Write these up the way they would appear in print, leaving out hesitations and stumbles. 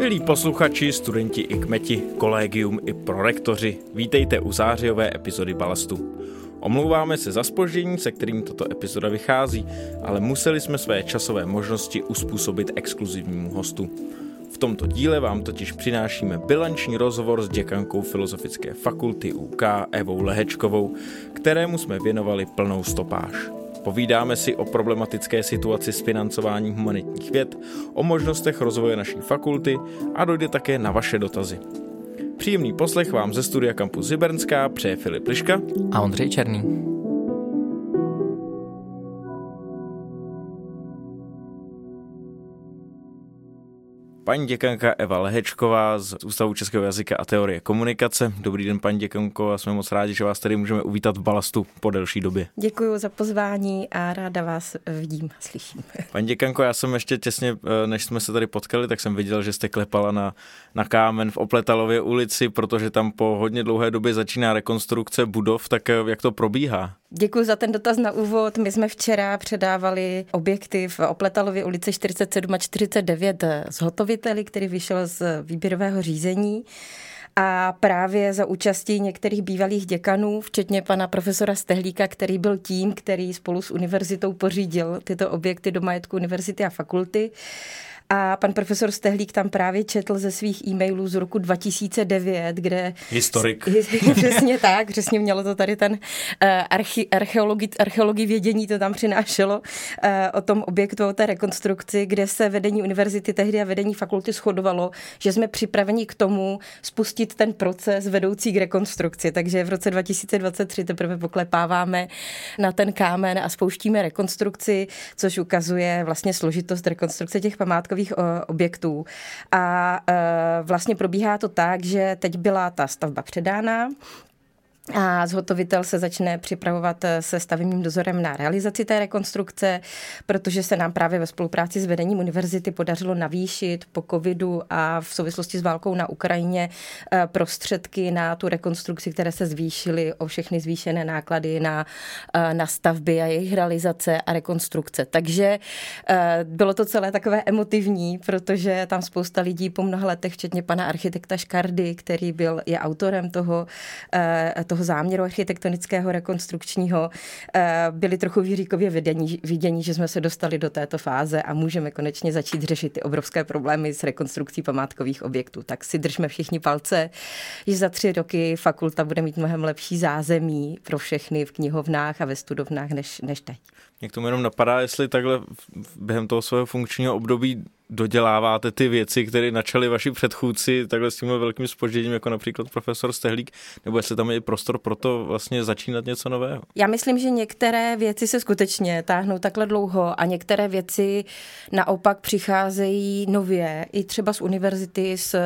Milí posluchači, studenti i kmeti, kolegium i prorektoři, vítejte u zářijové epizody Balastu. Omlouváme se za zpoždění, se kterým tato epizoda vychází, ale museli jsme své časové možnosti uspůsobit exkluzivnímu hostu. V tomto díle vám totiž přinášíme bilanční rozhovor s děkankou Filozofické fakulty UK Evou Lehečkovou, kterému jsme věnovali plnou stopáž. Povídáme si o problematické situaci s financováním humanitních věd, o možnostech rozvoje naší fakulty a dojde také na vaše dotazy. Příjemný poslech vám ze studia Campus Hybernská přeje Filip Liška a Ondřej Černý. Paní děkanka Eva Lehečková z Ústavu českého jazyka a teorie komunikace. Dobrý den, paní děkanko, a jsme moc rádi, že vás tady můžeme uvítat v Balastu po delší době. Děkuji za pozvání a ráda vás vidím a slyším. Paní děkanko, já jsem ještě těsně, než jsme se tady potkali, tak jsem viděl, že jste klepala na kámen v Opletalově ulici, protože tam po hodně dlouhé době začíná rekonstrukce budov, tak jak to probíhá? Děkuji za ten dotaz na úvod. My jsme včera předávali objekty v Opletalově ulici 47 a 49 zhotoviteli, který vyšel z výběrového řízení. A právě za účastí některých bývalých děkanů, včetně pana profesora Stehlíka, který byl tím, který spolu s univerzitou pořídil tyto objekty do majetku univerzity a fakulty. A pan profesor Stehlík tam právě četl ze svých e-mailů z roku 2009, kde... Historik. Přesně tak, přesně mělo to tady ten archeologii vědění to tam přinášelo o tom objektu, o té rekonstrukci, kde se vedení univerzity tehdy a vedení fakulty shodovalo, že jsme připraveni k tomu spustit ten proces vedoucí k rekonstrukci. Takže v roce 2023 teprve poklepáváme na ten kámen a spouštíme rekonstrukci, což ukazuje vlastně složitost rekonstrukce těch památkových objektů. A vlastně probíhá to tak, že teď byla ta stavba předána a zhotovitel se začne připravovat se stavebním dozorem na realizaci té rekonstrukce, protože se nám právě ve spolupráci s vedením univerzity podařilo navýšit po covidu a v souvislosti s válkou na Ukrajině prostředky na tu rekonstrukci, které se zvýšily o všechny zvýšené náklady na stavby a jejich realizace a rekonstrukce. Takže bylo to celé takové emotivní, protože tam spousta lidí po mnoha letech, včetně pana architekta Škardy, který je autorem toho záměru architektonického rekonstrukčního, byli trochu výříkově vidění, že jsme se dostali do této fáze a můžeme konečně začít řešit ty obrovské problémy s rekonstrukcí památkových objektů. Tak si držme všichni palce, že za 3 roky fakulta bude mít mnohem lepší zázemí pro všechny v knihovnách a ve studovnách než teď. Mě k tomu jenom napadá, jestli takhle během toho svého funkčního období doděláváte ty věci, které načali vaši předchůdci takhle s tímhle velkým zpožděním, jako například profesor Stehlík, nebo jestli tam je prostor pro to vlastně začínat něco nového? Já myslím, že některé věci se skutečně táhnou takhle dlouho a některé věci naopak přicházejí nově, i třeba z univerzity s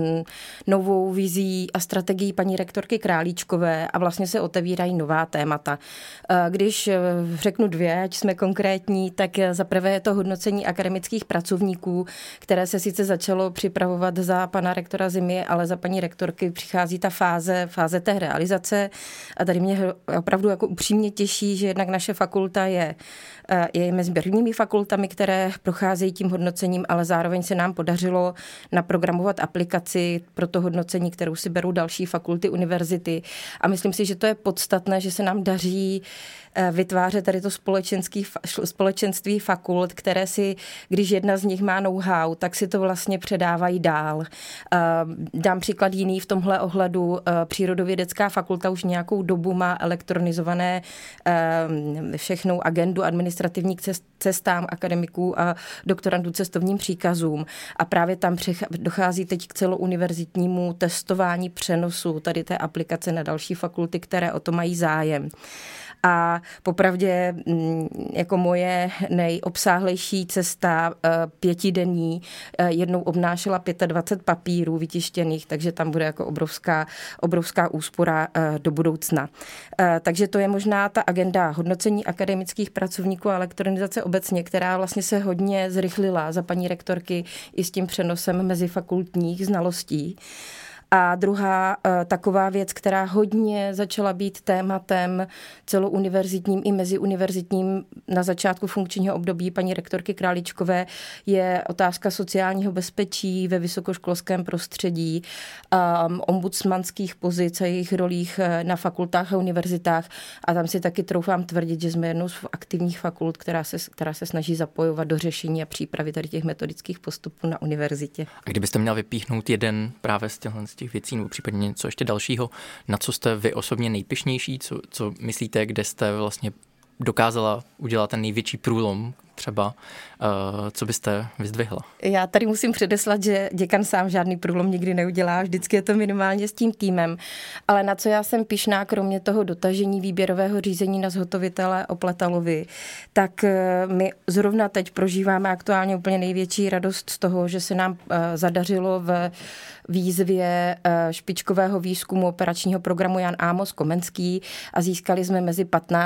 novou vizí a strategií paní rektorky Králíčkové a vlastně se otevírají nová témata. Když řeknu 2, ať jsme konkrétní, tak za prvé je to hodnocení akademických pracovníků, které se sice začalo připravovat za pana rektora Zimy, ale za paní rektorky přichází ta fáze té realizace a tady mě opravdu jako upřímně těší, že jednak naše fakulta je mezi prvními fakultami, které procházejí tím hodnocením, ale zároveň se nám podařilo naprogramovat aplikaci pro to hodnocení, kterou si berou další fakulty univerzity a myslím si, že to je podstatné, že se nám daří vytvářet tady to společenství fakult, které si, když jedna z nich má know-how, tak si to vlastně předávají dál. Dám příklad jiný v tomhle ohledu. Přírodovědecká fakulta už nějakou dobu má elektronizované všechnou agendu administrativní k cestám akademiků a doktorandů cestovním příkazům. A právě tam dochází teď k celouniverzitnímu testování přenosu tady té aplikace na další fakulty, které o to mají zájem. A popravdě jako moje nejobsáhlejší cesta 5denní jednou obnášela 25 papírů vytištěných, takže tam bude jako obrovská úspora do budoucna. Takže to je možná ta agenda hodnocení akademických pracovníků a elektronizace obecně, která vlastně se hodně zrychlila za paní rektorky i s tím přenosem mezifakultních znalostí. A druhá taková věc, která hodně začala být tématem celouniverzitním i meziuniverzitním na začátku funkčního období paní rektorky Králíčkové, je otázka sociálního bezpečí ve vysokoškolském prostředí, ombudsmanských pozic a jejich rolích na fakultách a univerzitách. A tam si taky troufám tvrdit, že jsme jednou z aktivních fakult, která se snaží zapojovat do řešení a přípravy tady těch metodických postupů na univerzitě. A kdybyste měl vypíchnout jeden právě z těch věcí, nebo případně něco ještě dalšího, na co jste vy osobně nejpyšnější, co myslíte, kde jste vlastně dokázala udělat ten největší průlom třeba, co byste vyzdvihla? Já tady musím předeslat, že děkan sám žádný průlom nikdy neudělá, vždycky je to minimálně s tím týmem, ale na co já jsem pyšná, kromě toho dotažení výběrového řízení na zhotovitele Opletalovi, tak my zrovna teď prožíváme aktuálně úplně největší radost z toho, že se nám zadařilo v výzvě špičkového výzkumu operačního programu Jan Amos Komenský a získali jsme mezi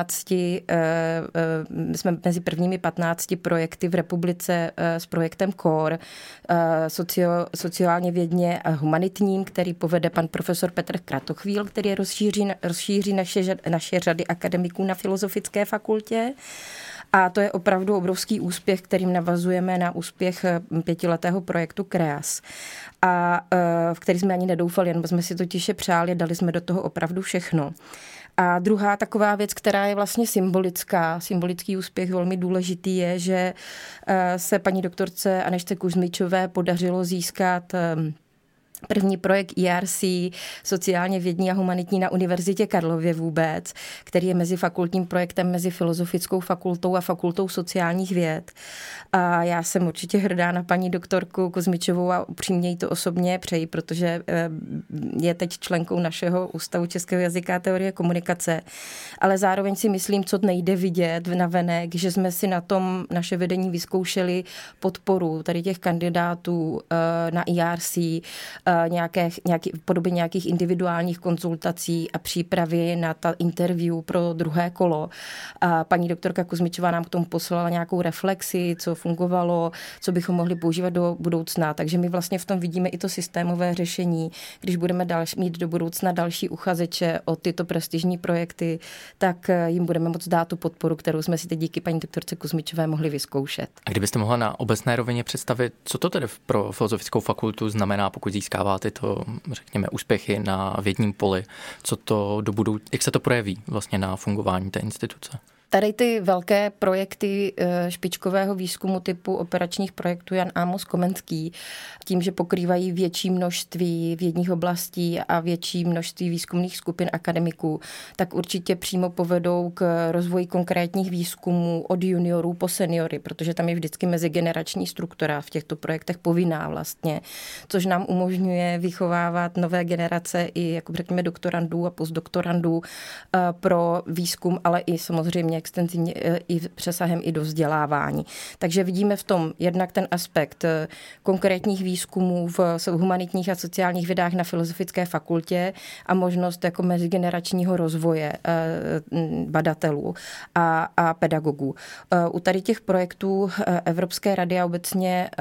prvními 15 projekty v republice s projektem CORE, sociálně vědně a humanitním, který povede pan profesor Petr Kratochvíl, který rozšíří naše řady akademiků na Filozofické fakultě. A to je opravdu obrovský úspěch, kterým navazujeme na úspěch 5letého projektu CREAS. A v který jsme ani nedoufali, jen jsme si to tiše přáli, dali jsme do toho opravdu všechno. A druhá taková věc, která je vlastně symbolický úspěch velmi důležitý, je, že se paní doktorce Anežce Kuzmičové podařilo získat první projekt ERC, sociálně vědní a humanitní na Univerzitě Karlově vůbec, který je mezifakultním projektem mezi Filozofickou fakultou a Fakultou sociálních věd. A já jsem určitě hrdá na paní doktorku Kuzmičovou a upřímně jí to osobně přeji, protože je teď členkou našeho Ústavu českého jazyka a teorie komunikace. Ale zároveň si myslím, co nejde vidět navenek, že jsme si na tom naše vedení vyzkoušeli podporu tady těch kandidátů na ERC, v podobě nějakých individuálních konzultací a přípravy na ta interview pro druhé kolo. A paní doktorka Kuzmičová nám k tomu poslala nějakou reflexi, co fungovalo, co bychom mohli používat do budoucna. Takže my vlastně v tom vidíme i to systémové řešení. Když budeme mít do budoucna další uchazeče o tyto prestižní projekty, tak jim budeme moct dát tu podporu, kterou jsme si teď díky paní doktorce Kuzmičové mohli vyzkoušet. A kdybyste mohla na obecné rovině představit, co to tedy pro Filozofickou fakultu znamená, pokud získává tyto, řekněme, úspěchy na vědním poli, jak se to projeví vlastně na fungování té instituce? Tady ty velké projekty špičkového výzkumu typu operačních projektů Jan Amos Komenský, tím, že pokrývají větší množství vědních oblastí a větší množství výzkumných skupin akademiků, tak určitě přímo povedou k rozvoji konkrétních výzkumů od juniorů po seniory, protože tam je vždycky mezigenerační struktura v těchto projektech povinná vlastně, což nám umožňuje vychovávat nové generace i, jako řekněme, doktorandů a postdoktorandů pro výzkum, ale i samozřejmě extenzivně i přesahem i do vzdělávání. Takže vidíme v tom jednak ten aspekt konkrétních výzkumů v humanitních a sociálních vědách na Filozofické fakultě a možnost jako mezigeneračního rozvoje badatelů a pedagogů. U tady těch projektů Evropské rady a obecně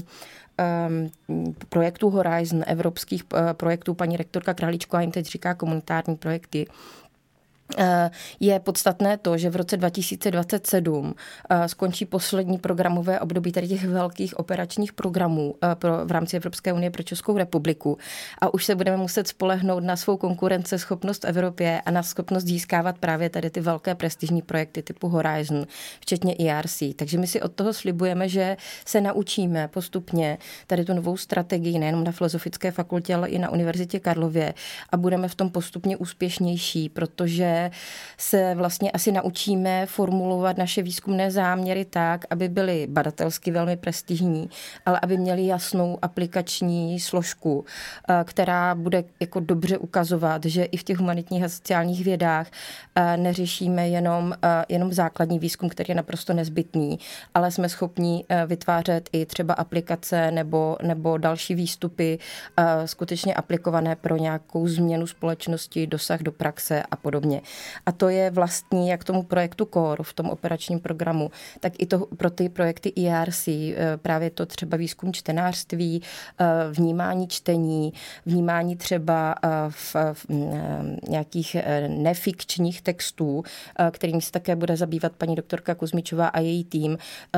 projektů Horizon, evropských projektů, paní rektorka Králíčková jim teď říká komunitární projekty, je podstatné to, že v roce 2027 skončí poslední programové období tady těch velkých operačních programů v rámci Evropské unie pro Českou republiku a už se budeme muset spolehnout na svou konkurenceschopnost v Evropě a na schopnost získávat právě tady ty velké prestižní projekty typu Horizon, včetně ERC. Takže my si od toho slibujeme, že se naučíme postupně tady tu novou strategii nejenom na Filozofické fakultě, ale i na Univerzitě Karlově a budeme v tom postupně úspěšnější, protože se vlastně asi naučíme formulovat naše výzkumné záměry tak, aby byly badatelsky velmi prestižní, ale aby měly jasnou aplikační složku, která bude jako dobře ukazovat, že i v těch humanitních a sociálních vědách neřešíme jenom základní výzkum, který je naprosto nezbytný, ale jsme schopni vytvářet i třeba aplikace nebo další výstupy skutečně aplikované pro nějakou změnu společnosti, dosah do praxe a podobně. A to je vlastní jak tomu projektu CORE v tom operačním programu, tak i to pro ty projekty ERC, právě to třeba výzkum čtenářství, vnímání čtení, vnímání třeba v nějakých nefikčních textů, kterým se také bude zabývat paní doktorka Kuzmičová a její tým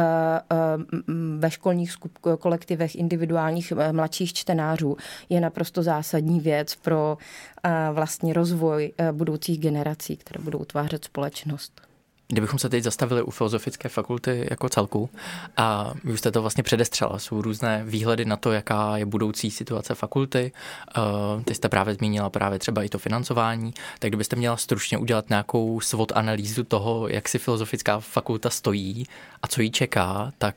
ve školních kolektivech individuálních mladších čtenářů, je naprosto zásadní věc pro vlastně rozvoj budoucích generací, které budou utvářet společnost. Kdybychom se teď zastavili u Filozofické fakulty jako celku a vy už jste to vlastně předestřela, jsou různé výhledy na to, jaká je budoucí situace fakulty, ty jste právě zmínila právě třeba i to financování, tak kdybyste měla stručně udělat nějakou SWOT analýzu toho, jak si Filozofická fakulta stojí a co jí čeká, tak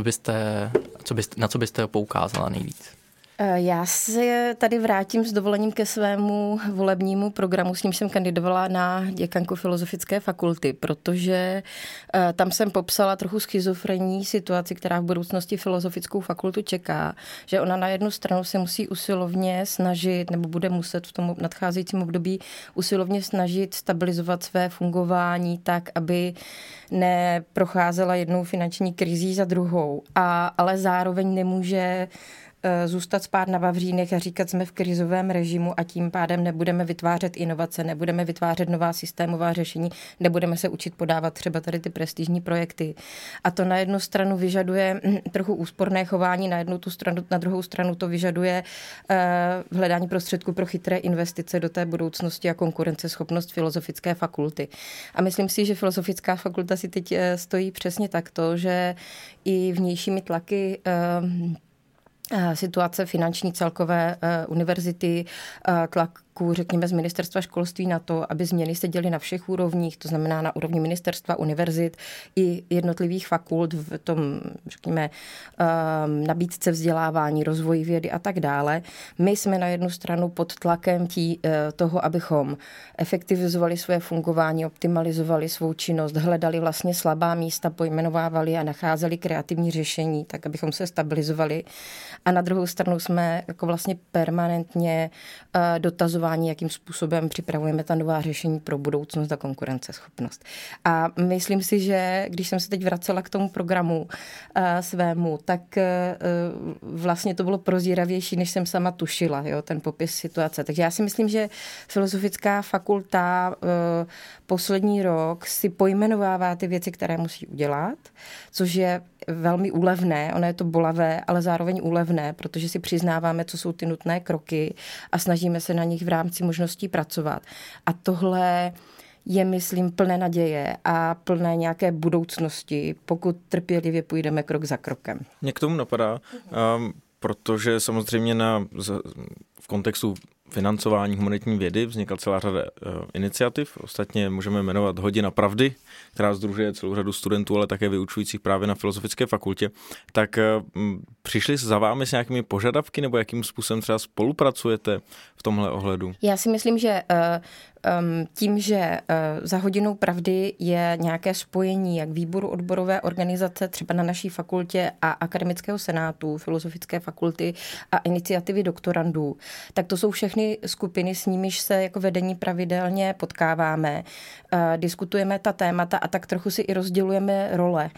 na co byste poukázala nejvíc? Já se tady vrátím s dovolením ke svému volebnímu programu, s ním jsem kandidovala na děkanku Filozofické fakulty, protože tam jsem popsala trochu schizofrenní situaci, která v budoucnosti Filozofickou fakultu čeká, že ona na jednu stranu se musí usilovně snažit, nebo bude muset v tom nadcházejícím období usilovně snažit stabilizovat své fungování tak, aby neprocházela jednou finanční krizí za druhou, ale zároveň nemůže zůstat spát na vavřínech a říkat, jsme v krizovém režimu a tím pádem nebudeme vytvářet inovace, nebudeme vytvářet nová systémová řešení, nebudeme se učit podávat třeba tady ty prestižní projekty. A to na jednu stranu vyžaduje trochu úsporné chování, na druhou stranu to vyžaduje hledání prostředků pro chytré investice do té budoucnosti a konkurenceschopnost Filozofické fakulty. A myslím si, že Filozofická fakulta si teď stojí přesně takto, že i vnějšími tlaky situace finanční celkové univerzity, řekněme z ministerstva školství na to, aby změny se děly na všech úrovních, to znamená na úrovni ministerstva, univerzit i jednotlivých fakult v tom, řekněme, nabídce vzdělávání, rozvoji vědy a tak dále. My jsme na jednu stranu pod tlakem toho, abychom efektivizovali své fungování, optimalizovali svou činnost, hledali vlastně slabá místa, pojmenovávali a nacházeli kreativní řešení, tak abychom se stabilizovali. A na druhou stranu jsme jako vlastně permanentně dotazování, jakým způsobem připravujeme ta nová řešení pro budoucnost a konkurenceschopnost. A myslím si, že když jsem se teď vracela k tomu programu svému, tak vlastně to bylo prozíravější, než jsem sama tušila, jo, ten popis situace. Takže já si myslím, že Filozofická fakulta poslední rok si pojmenovává ty věci, které musí udělat, což je velmi úlevné, ono je to bolavé, ale zároveň úlevné, protože si přiznáváme, co jsou ty nutné kroky a snažíme se na nich v rámci možností pracovat. A tohle je, myslím, plné naděje a plné nějaké budoucnosti, pokud trpělivě půjdeme krok za krokem. Mě k tomu napadá, protože samozřejmě v kontextu financování humanitní vědy vznikla celá řada iniciativ. Ostatně můžeme jmenovat Hodina pravdy, která sdružuje celou řadu studentů, ale také vyučujících právě na Filozofické fakultě. Tak přišli za vámi s nějakými požadavky nebo jakým způsobem třeba spolupracujete v tomhle ohledu? Já si myslím, že tím, že za Hodinou pravdy je nějaké spojení jak výboru odborové organizace třeba na naší fakultě a akademického senátu Filozofické fakulty a iniciativy doktorandů, tak to jsou všechny skupiny, s nimiž se jako vedení pravidelně potkáváme, diskutujeme ta témata a tak trochu si i rozdělujeme role,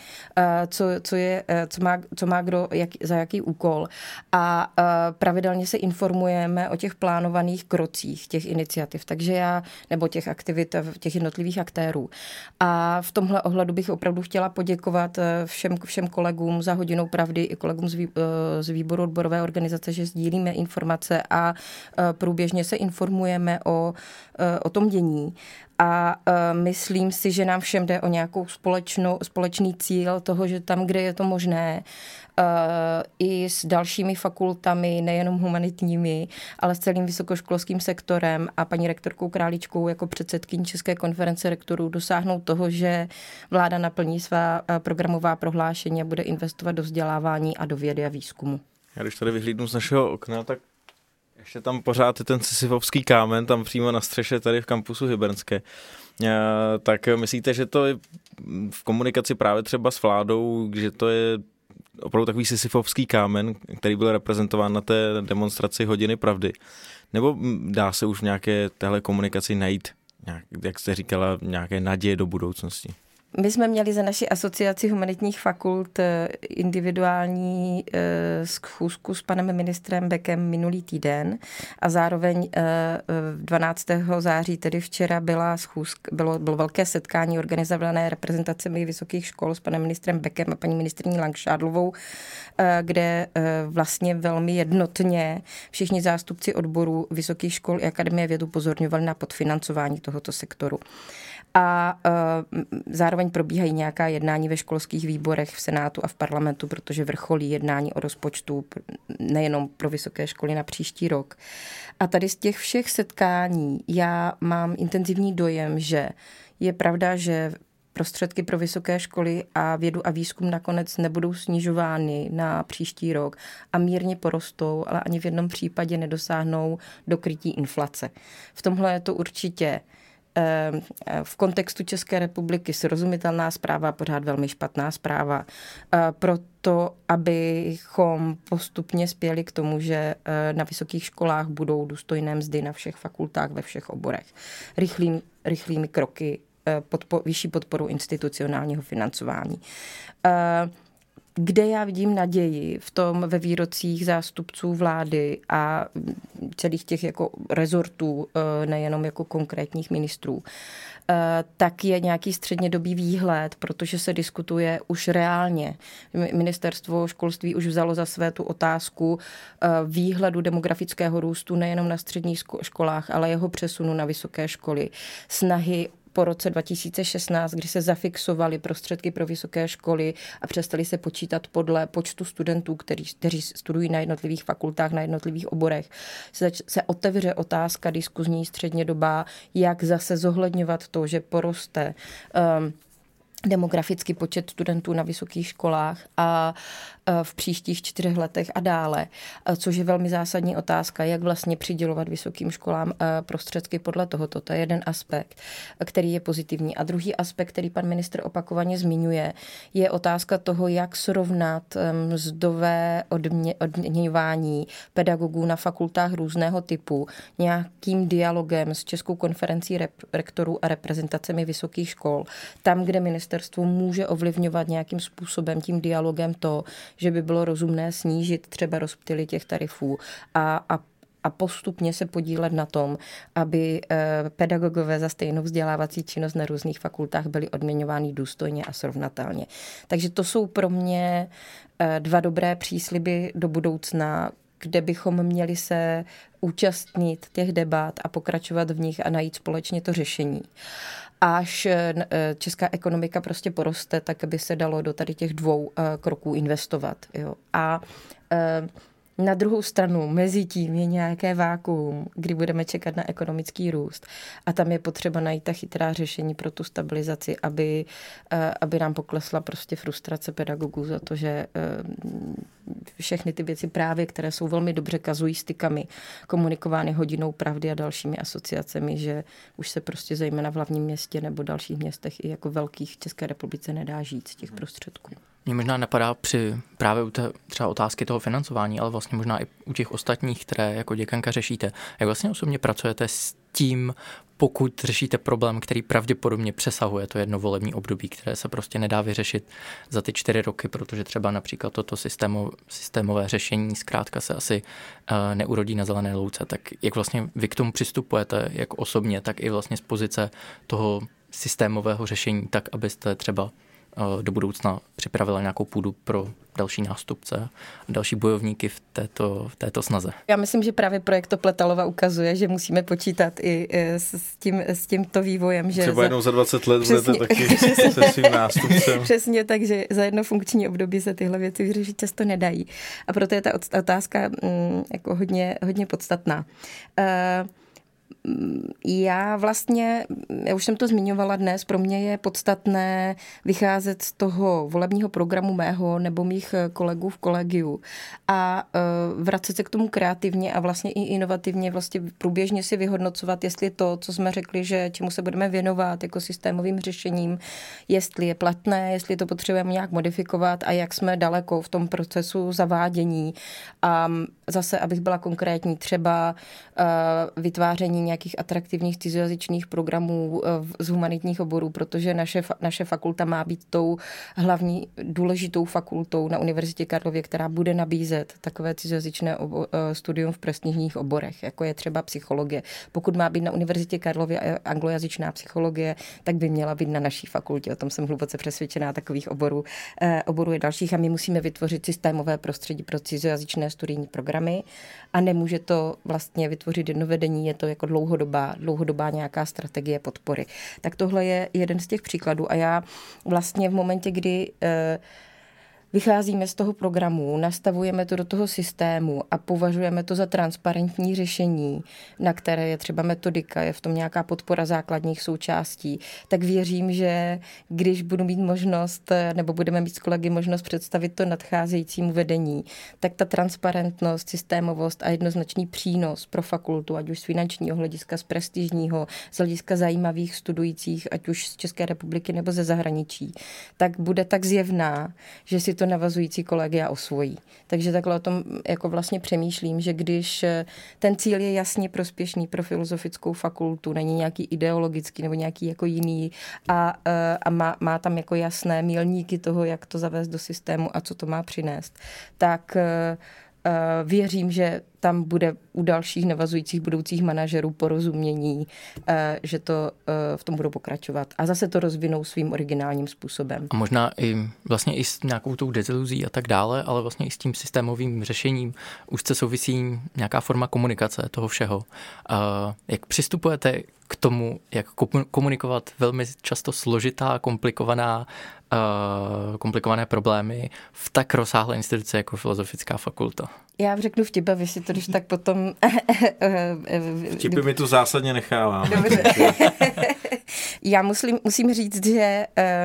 co má kdo za jaký úkol a pravidelně se informujeme o těch plánovaných krocích těch iniciativ. Takže nebo těch aktivit, těch jednotlivých aktérů. A v tomhle ohledu bych opravdu chtěla poděkovat všem kolegům za Hodinou pravdy i kolegům z výboru odborové organizace, že sdílíme informace a průběžně se informujeme o tom dění. A myslím si, že nám všem jde o nějakou společný cíl toho, že tam, kde je to možné, i s dalšími fakultami, nejenom humanitními, ale s celým vysokoškolským sektorem a paní rektorkou Králíčkou jako předsedkyní České konference rektorů dosáhnout toho, že vláda naplní svá programová prohlášení a bude investovat do vzdělávání a do vědy a výzkumu. Já když tady vyhlídnu z našeho okna, tak ještě tam pořád je ten sisyfovský kámen, tam přímo na střeše tady v kampusu Hybernské. Tak myslíte, že to je v komunikaci právě třeba s vládou, že to je opravdu takový sisyfovský kámen, který byl reprezentován na té demonstraci Hodiny pravdy? Nebo dá se už v nějaké téhle komunikaci najít jak jste říkala, nějaké naděje do budoucnosti? My jsme měli za naši asociaci humanitních fakult individuální schůzku s panem ministrem Beckem minulý týden a zároveň 12. září, tedy včera, bylo velké setkání organizované reprezentacemi vysokých škol s panem ministrem Beckem a paní ministryní Langšádlovou, kde vlastně velmi jednotně všichni zástupci odborů vysokých škol i Akademie věd upozorňovali na podfinancování tohoto sektoru. A zároveň probíhají nějaká jednání ve školských výborech v Senátu a v parlamentu, protože vrcholí jednání o rozpočtu nejenom pro vysoké školy na příští rok. A tady z těch všech setkání já mám intenzivní dojem, že je pravda, že prostředky pro vysoké školy a vědu a výzkum nakonec nebudou snižovány na příští rok a mírně porostou, ale ani v jednom případě nedosáhnou do krytí inflace. V tomhle je to určitě v kontextu České republiky srozumitelná zpráva, pořád velmi špatná zpráva. Proto, abychom postupně spěli k tomu, že na vysokých školách budou důstojné mzdy na všech fakultách, ve všech oborech. Rychlými kroky, vyšší podporu institucionálního financování. Kde já vidím naději ve výrocích zástupců vlády a celých těch jako rezortů, nejenom jako konkrétních ministrů, tak je nějaký střednědobý výhled, protože se diskutuje už reálně. Ministerstvo školství už vzalo za své tu otázku výhledu demografického růstu nejenom na středních školách, ale jeho přesunu na vysoké školy. Snahy po roce 2016, kdy se zafixovaly prostředky pro vysoké školy a přestali se počítat podle počtu studentů, kteří studují na jednotlivých fakultách, na jednotlivých oborech, se otevře otázka diskuzní střednědobá, jak zase zohledňovat to, že poroste demografický počet studentů na vysokých školách a v příštích 4 letech a dále, což je velmi zásadní otázka, jak vlastně přidělovat vysokým školám prostředky podle tohoto. To je jeden aspekt, který je pozitivní. A druhý aspekt, který pan ministr opakovaně zmiňuje, je otázka toho, jak srovnat mzdové odměňování pedagogů na fakultách různého typu nějakým dialogem s Českou konferencí rektorů a reprezentacemi vysokých škol, tam, kde ministerstvo může ovlivňovat nějakým způsobem tím dialogem to, že by bylo rozumné snížit třeba rozptyly těch tarifů a postupně se podílet na tom, aby pedagogové za stejnou vzdělávací činnost na různých fakultách byli odměňováni důstojně a srovnatelně. Takže to jsou pro mě 2 dobré přísliby do budoucna, kde bychom měli se účastnit těch debat a pokračovat v nich a najít společně to řešení. Až česká ekonomika prostě poroste, tak aby se dalo do tady těch 2 kroků investovat. Jo. A na druhou stranu, mezi tím je nějaké vákuum, kdy budeme čekat na ekonomický růst. A tam je potřeba najít ta chytrá řešení pro tu stabilizaci, aby nám poklesla prostě frustrace pedagogů za to, že všechny ty věci právě, které jsou velmi dobře kazuistikami, komunikovány Hodinou pravdy a dalšími asociacemi, že už se prostě zejména v hlavním městě nebo dalších městech i jako velkých v České republice nedá žít z těch prostředků. Mě možná napadá právě u té třeba otázky toho financování, ale vlastně možná i u těch ostatních, které jako děkanka řešíte. Jak vlastně osobně pracujete s tím, pokud řešíte problém, který pravděpodobně přesahuje to jedno volební období, které se prostě nedá vyřešit za ty 4 roky, protože třeba například toto systémové řešení zkrátka se asi neurodí na zelené louce. Tak jak vlastně vy k tomu přistupujete, jak osobně, tak i vlastně z pozice toho systémového řešení, tak abyste třeba do budoucna připravila nějakou půdu pro další nástupce a další bojovníky v této snaze. Já myslím, že právě projekt Pletalova ukazuje, že musíme počítat i s tímto vývojem. Že třeba jednou za 20 let budete taky se svým nástupcem. Přesně, takže za jedno funkční období se tyhle věci vyřešit často nedají. A proto je ta otázka jako hodně podstatná. Já už jsem to zmiňovala dnes, pro mě je podstatné vycházet z toho volebního programu mého nebo mých kolegů v kolegiu a vracet se k tomu kreativně a vlastně i inovativně vlastně průběžně si vyhodnocovat, jestli to, co jsme řekli, že čemu se budeme věnovat jako systémovým řešením, jestli je platné, jestli to potřebujeme nějak modifikovat a jak jsme daleko v tom procesu zavádění. A zase, abych byla konkrétní, třeba vytváření nějakých atraktivních cizojazyčných programů z humanitních oborů, protože naše fakulta má být tou hlavní důležitou fakultou na Univerzitě Karlově, která bude nabízet takové cizojazyčné studium v prestižních oborech, jako je třeba psychologie. Pokud má být na Univerzitě Karlově anglojazyčná psychologie, tak by měla být na naší fakultě. O tom jsem hluboce přesvědčená, takových oborů je dalších a my musíme vytvořit systémové prostředí pro cizojazyčné studijní programy a nemůže to vlastně vytvořit jedno vedení, je to jako dlouhodobá nějaká strategie podpory. Tak tohle je jeden z těch příkladů a já vlastně v momentě, kdy vycházíme z toho programu, nastavujeme to do toho systému a považujeme to za transparentní řešení, na které je třeba metodika, je v tom nějaká podpora základních součástí, tak věřím, že když budu mít možnost, nebo budeme mít s kolegy možnost představit to nadcházejícímu vedení, tak ta transparentnost, systémovost a jednoznačný přínos pro fakultu, ať už z finančního hlediska, z prestižního, z hlediska zajímavých studujících, ať už z České republiky nebo ze zahraničí, tak bude tak zjevná, že si to navazující kolegia osvojí. Takže takhle o tom jako vlastně přemýšlím, že když ten cíl je jasně prospěšný pro filozofickou fakultu, není nějaký ideologický nebo nějaký jako jiný a má tam jako jasné milníky toho, jak to zavést do systému a co to má přinést, tak věřím, že tam bude u dalších navazujících budoucích manažerů porozumění, že to v tom budou pokračovat a zase to rozvinou svým originálním způsobem. A možná i s nějakou tou deziluzí a tak dále, ale vlastně i s tím systémovým řešením už se souvisí nějaká forma komunikace toho všeho. Jak přistupujete k tomu, jak komunikovat velmi často složitá, komplikované problémy v tak rozsáhlé instituci jako Filozofická fakulta? Já řeknu vtip, a vy si to když tak potom... Vtipy mi tu zásadně necháváme. Dobře. Já musím říct, že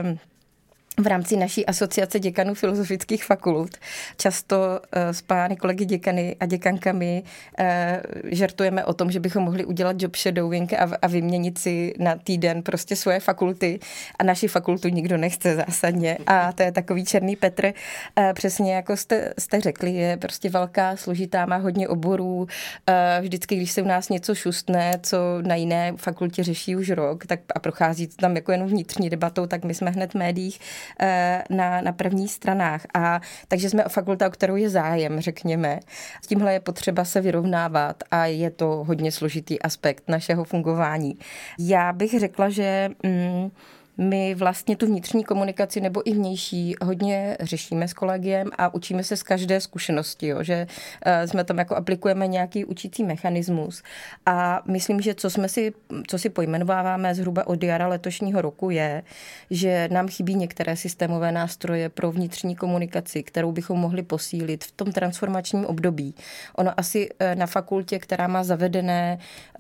v rámci naší asociace děkanů filozofických fakult často s pány kolegy děkany a děkankami žertujeme o tom, že bychom mohli udělat job shadowing a vyměnit si na týden prostě svoje fakulty a naši fakultu nikdo nechce zásadně a to je takový černý Petr. Přesně jako jste řekli, je prostě velká, složitá, má hodně oborů. Vždycky, když se u nás něco šustne, co na jiné fakultě řeší už rok, tak a prochází to tam jako jenom vnitřní debatou, tak my jsme hned v médiích na prvních stranách. Takže jsme fakulta, o kterou je zájem, řekněme. S tímhle je potřeba se vyrovnávat a je to hodně složitý aspekt našeho fungování. Já bych řekla, že my vlastně tu vnitřní komunikaci nebo i vnější hodně řešíme s kolegiem a učíme se z každé zkušenosti, jo, že jsme tam jako aplikujeme nějaký učící mechanismus a myslím, že co si pojmenováváme zhruba od jara letošního roku je, že nám chybí některé systémové nástroje pro vnitřní komunikaci, kterou bychom mohli posílit v tom transformačním období. Ono asi na fakultě, která má zavedené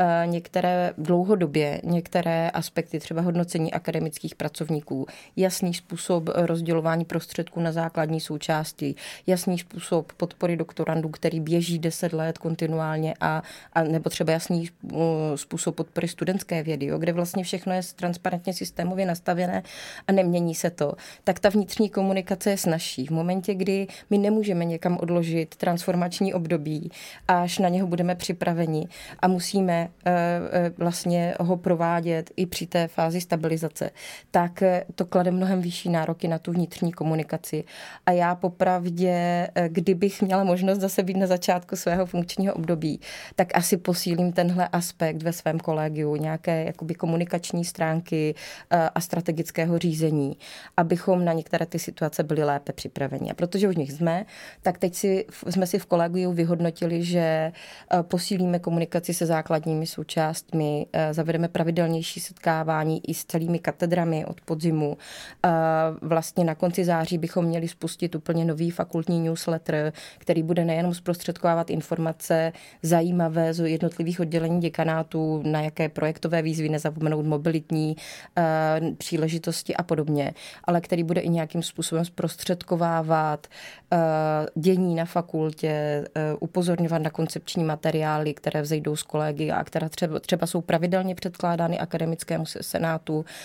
některé aspekty, třeba hodnocení akademických pracovníků, jasný způsob rozdělování prostředků na základní součásti, jasný způsob podpory doktorandů, který běží 10 let kontinuálně a nebo třeba jasný způsob podpory studentské vědy, jo, kde vlastně všechno je transparentně systémově nastavené a nemění se to, tak ta vnitřní komunikace je snazší. V momentě, kdy my nemůžeme někam odložit transformační období, až na něho budeme připraveni a musíme vlastně ho provádět i při té fázi stabilizace, tak to klade mnohem vyšší nároky na tu vnitřní komunikaci. A já popravdě, kdybych měla možnost zase být na začátku svého funkčního období, tak asi posílím tenhle aspekt ve svém kolegiu, nějaké jakoby komunikační stránky a strategického řízení, abychom na některé ty situace byli lépe připraveni. A protože už nich jsme, tak teď jsme si v kolegiu vyhodnotili, že posílíme komunikaci se základními součástmi, zavedeme pravidelnější setkávání i s celými katedrami od podzimu. Vlastně na konci září bychom měli spustit úplně nový fakultní newsletter, který bude nejenom zprostředkovávat informace zajímavé z jednotlivých oddělení děkanátů, na jaké projektové výzvy, nezapomenout mobilitní příležitosti a podobně, ale který bude i nějakým způsobem zprostředkovávat dění na fakultě, upozorňovat na koncepční materiály, které vzejdou z kolegy a které třeba jsou pravidelně předkládány akademickému senátu, ale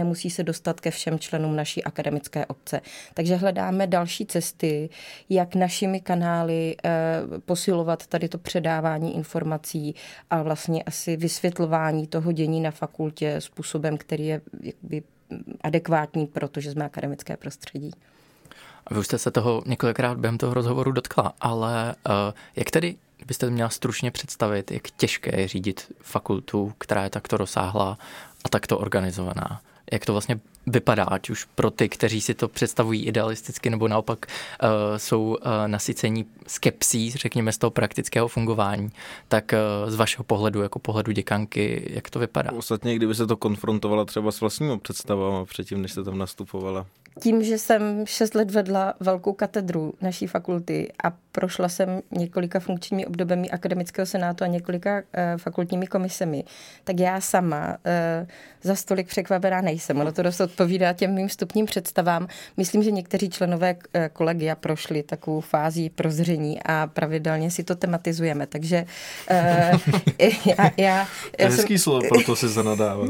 nemusí se dostat ke všem členům naší akademické obce. Takže hledáme další cesty, jak našimi kanály posilovat tady to předávání informací a vlastně asi vysvětlování toho dění na fakultě způsobem, který je jakoby adekvátní, protože jsme akademické prostředí. Vy už jste se toho několikrát během toho rozhovoru dotkla, ale jak tedy byste měla stručně představit, jak těžké je řídit fakultu, která je takto rozsáhlá a takto organizovaná? Jak to vlastně vypadá, ať už pro ty, kteří si to představují idealisticky, nebo naopak jsou nasycení skepsí, řekněme, z toho praktického fungování, tak z vašeho pohledu, jako pohledu děkanky, jak to vypadá? Ostatně, kdyby se to konfrontovala třeba s vlastními představami předtím, než se tam nastupovala. Tím, že jsem 6 let vedla velkou katedru naší fakulty a prošla jsem několika funkčními obdobími akademického senátu a několika fakultními komisemi, tak já sama za stolik překvapená nejsem. Ono to dost odpovídá těm mým vstupním představám. Myslím, že někteří členové kolegia prošli takovou fází prozření a pravidelně si to tematizujeme. Takže já to je hezký slovo, proto si zanadávat.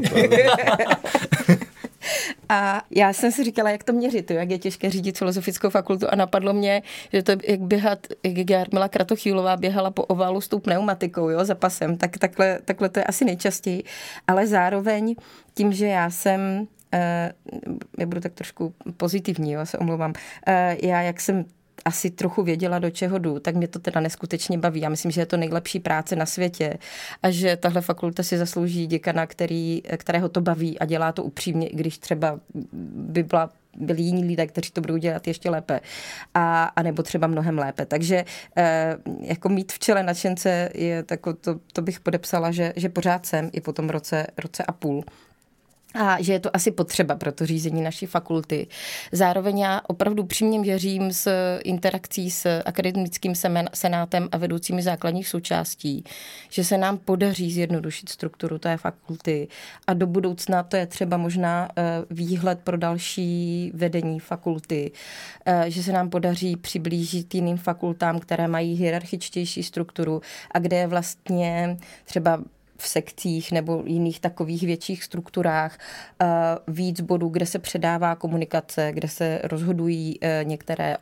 A já jsem si říkala, jak to měřit, jak je těžké řídit filozofickou fakultu a napadlo mě, že to jak běhat, jak Jarmila Kratochvílová běhala po oválu s tou pneumatikou, jo, za pasem, tak takhle to je asi nejčastěji, ale zároveň tím, že já jsem, já budu tak trošku pozitivní, jo, se omlouvám, já jak jsem asi trochu věděla, do čeho jdu, tak mě to teda neskutečně baví. Já myslím, že je to nejlepší práce na světě a že tahle fakulta si zaslouží děkana, kterého to baví a dělá to upřímně, i když třeba byli jiní lidé, kteří to budou dělat ještě lépe a nebo třeba mnohem lépe. Takže jako mít v čele nadšence je to bych podepsala, že pořád jsem i po tom roce a půl. A že je to asi potřeba pro to řízení naší fakulty. Zároveň já opravdu přímě věřím s interakcí s akademickým senátem a vedoucími základních součástí, že se nám podaří zjednodušit strukturu té fakulty a do budoucna to je třeba možná výhled pro další vedení fakulty, že se nám podaří přiblížit jiným fakultám, které mají hierarchičtější strukturu a kde je vlastně třeba v sekcích nebo jiných takových větších strukturách víc bodů, kde se předává komunikace, kde se rozhodují některé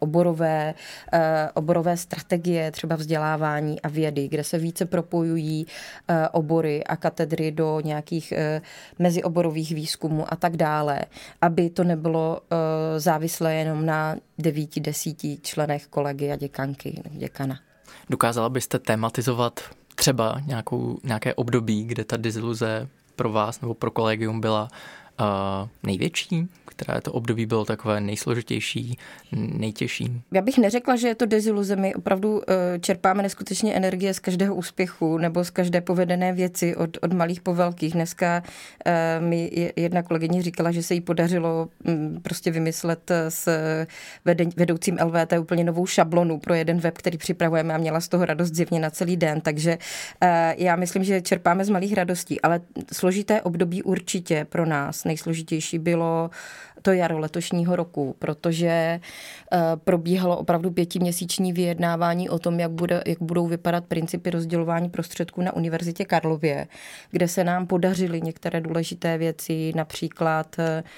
oborové strategie, třeba vzdělávání a vědy, kde se více propojují obory a katedry do nějakých mezioborových výzkumů a tak dále, aby to nebylo závislé jenom na 9-10 členech kolegy a děkanky, děkana. Dokázala byste tematizovat třeba nějaké období, kde ta deziluze pro vás nebo pro kolegium byla největší, které to období bylo takové nejsložitější, nejtěžší? Já bych neřekla, že je to deziluze. My opravdu čerpáme neskutečně energie z každého úspěchu nebo z každé povedené věci od malých po velkých. Dneska mi jedna kolegyně říkala, že se jí podařilo prostě vymyslet s vedoucím LVT úplně novou šablonu pro jeden web, který připravujeme a měla z toho radost zjevně na celý den. Takže já myslím, že čerpáme z malých radostí, ale složité období určitě pro nás. Nejsložitější bylo to jaro letošního roku, protože probíhalo opravdu 5měsíční vyjednávání o tom, jak budou vypadat principy rozdělování prostředků na Univerzitě Karlově, kde se nám podařily některé důležité věci, například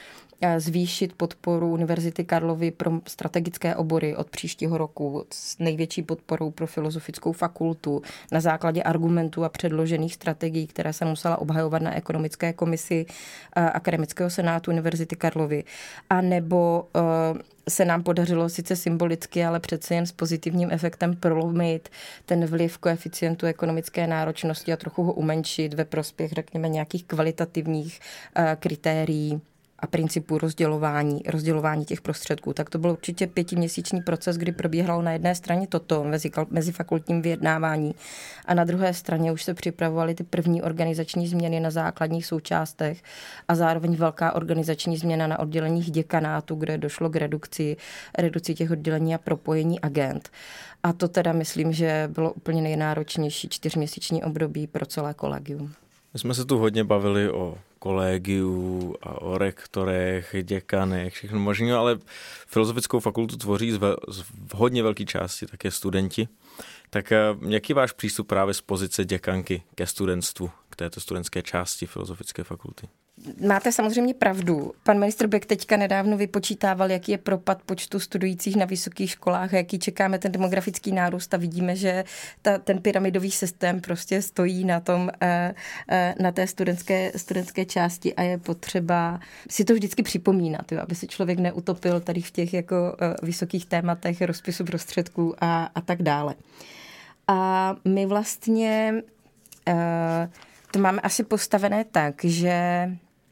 zvýšit podporu Univerzity Karlovy pro strategické obory od příštího roku s největší podporou pro filozofickou fakultu na základě argumentů a předložených strategií, které se musela obhajovat na ekonomické komisi Akademického senátu Univerzity Karlovy. A nebo se nám podařilo sice symbolicky, ale přece jen s pozitivním efektem prolomit ten vliv koeficientu ekonomické náročnosti a trochu ho umenšit ve prospěch, řekněme, nějakých kvalitativních kritérií a principu rozdělování těch prostředků. Tak to byl určitě 5měsíční proces, kdy probíhalo na jedné straně toto mezifakultním vyjednávání a na druhé straně už se připravovaly ty první organizační změny na základních součástech a zároveň velká organizační změna na odděleních děkanátu, kde došlo k redukci těch oddělení a propojení agent. A to teda myslím, že bylo úplně nejnáročnější 4měsíční období pro celé kolegium. My jsme se tu hodně bavili o kolegiu a o rektorech, děkanech, všechno možného, ale filozofickou fakultu tvoří z hodně velké části také studenti. Tak jaký je váš přístup právě z pozice děkanky ke studentstvu, k této studentské části filozofické fakulty? máte samozřejmě pravdu. Pan ministr Bek teďka nedávno vypočítával, jaký je propad počtu studujících na vysokých školách a jaký čekáme ten demografický nárůst a vidíme, že ten pyramidový systém prostě stojí na té studentské části a je potřeba si to vždycky připomínat, jo, aby se člověk neutopil tady v těch jako vysokých tématech rozpisu prostředků a tak dále. A my vlastně to máme asi postavené tak, že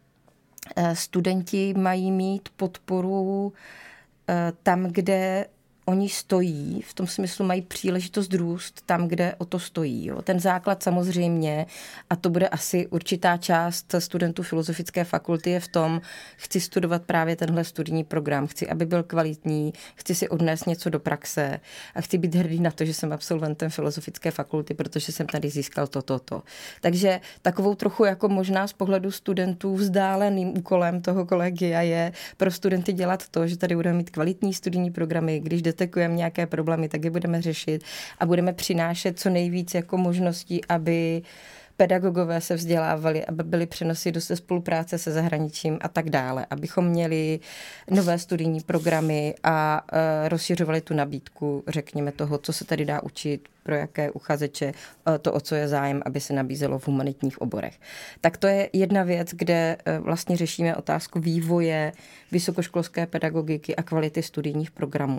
studenti mají mít podporu tam, kde oni stojí, v tom smyslu mají příležitost růst tam, kde o to stojí. Jo. Ten základ samozřejmě, a to bude asi určitá část studentů Filozofické fakulty, je v tom, chci studovat právě tenhle studijní program, chci, aby byl kvalitní, chci si odnést něco do praxe a chci být hrdý na to, že jsem absolventem Filozofické fakulty, protože jsem tady získal to. Takže takovou trochu jako možná z pohledu studentů vzdáleným úkolem toho kolegia je pro studenty dělat to, že tady budeme mít kvalitní studijní programy, když detekujeme nějaké problémy, tak je budeme řešit a budeme přinášet co nejvíc jako možností, aby pedagogové se vzdělávali, aby byly přenosy do spolupráce se zahraničím a tak dále, abychom měli nové studijní programy a rozšiřovali tu nabídku, řekněme toho, co se tady dá učit, pro jaké uchazeče, to, o co je zájem, aby se nabízelo v humanitních oborech. Tak to je jedna věc, kde vlastně řešíme otázku vývoje vysokoškolské pedagogiky a kvality studijních programů.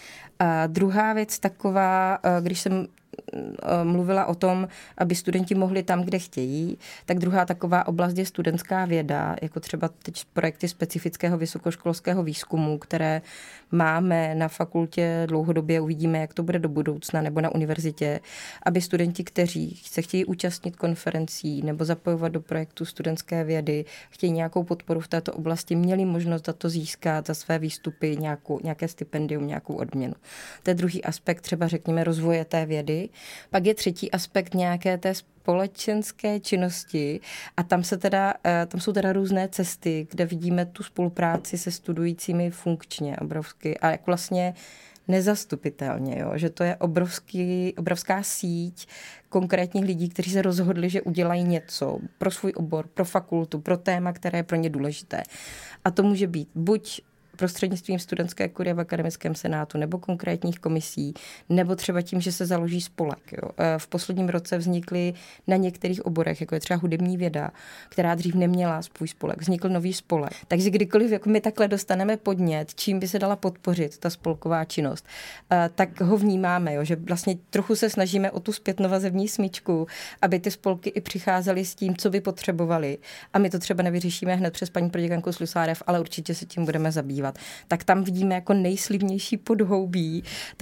A druhá věc taková, když jsem mluvila o tom, aby studenti mohli tam, kde chtějí, tak druhá taková oblast je studentská věda, jako třeba teď projekty specifického vysokoškolského výzkumu, které máme na fakultě dlouhodobě, uvidíme, jak to bude do budoucna, nebo na univerzitě, aby studenti, kteří se chtějí účastnit konferencí nebo zapojovat do projektu studentské vědy, chtějí nějakou podporu v této oblasti, měli možnost za to získat, za své výstupy nějaké stipendium, nějakou odměnu. To je druhý aspekt, třeba řekněme rozvoje té vědy. Pak je třetí aspekt nějaké té společenské činnosti a tam jsou teda různé cesty, kde vidíme tu spolupráci se studujícími funkčně obrovsky a jak vlastně nezastupitelně, jo? Že to je obrovská síť konkrétních lidí, kteří se rozhodli, že udělají něco pro svůj obor, pro fakultu, pro téma, které je pro ně důležité. A to může být buď prostřednictvím studentské kurie v akademickém senátu nebo konkrétních komisí, nebo třeba tím, že se založí spolek. Jo. V posledním roce vznikly na některých oborech, jako je třeba hudební věda, která dřív neměla svůj spolek. Vznikl nový spolek. Takže kdykoliv jako my takhle dostaneme podnět, čím by se dala podpořit ta spolková činnost, tak ho vnímáme, jo, že vlastně trochu se snažíme o tu zpětnovazební smyčku, aby ty spolky i přicházely s tím, co by potřebovali. A my to třeba nevyřešíme hned přes paní proděkanku Slusárev, ale určitě se tím budeme zabývat. Tak tam vidíme jako nejslibnější podhoubí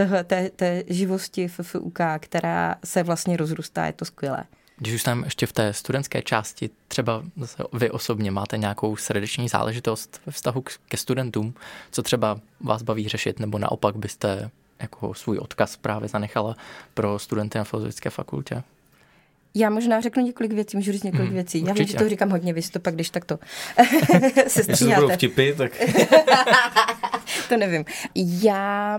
té živosti FFUK, která se vlastně rozrůstá, je to skvělé. Když už tam ještě v té studentské části, třeba zase vy osobně máte nějakou srdeční záležitost ve vztahu ke studentům, co třeba vás baví řešit, nebo naopak byste jako svůj odkaz právě zanechala pro studenty na Filozofické fakultě? Já možná řeknu několik věcí, můžu říct několik věcí. Určitě. Já vím, že to říkám hodně, vy to pak, když tak to se stříháte. Jestli to budou vtipy, tak... To nevím. Já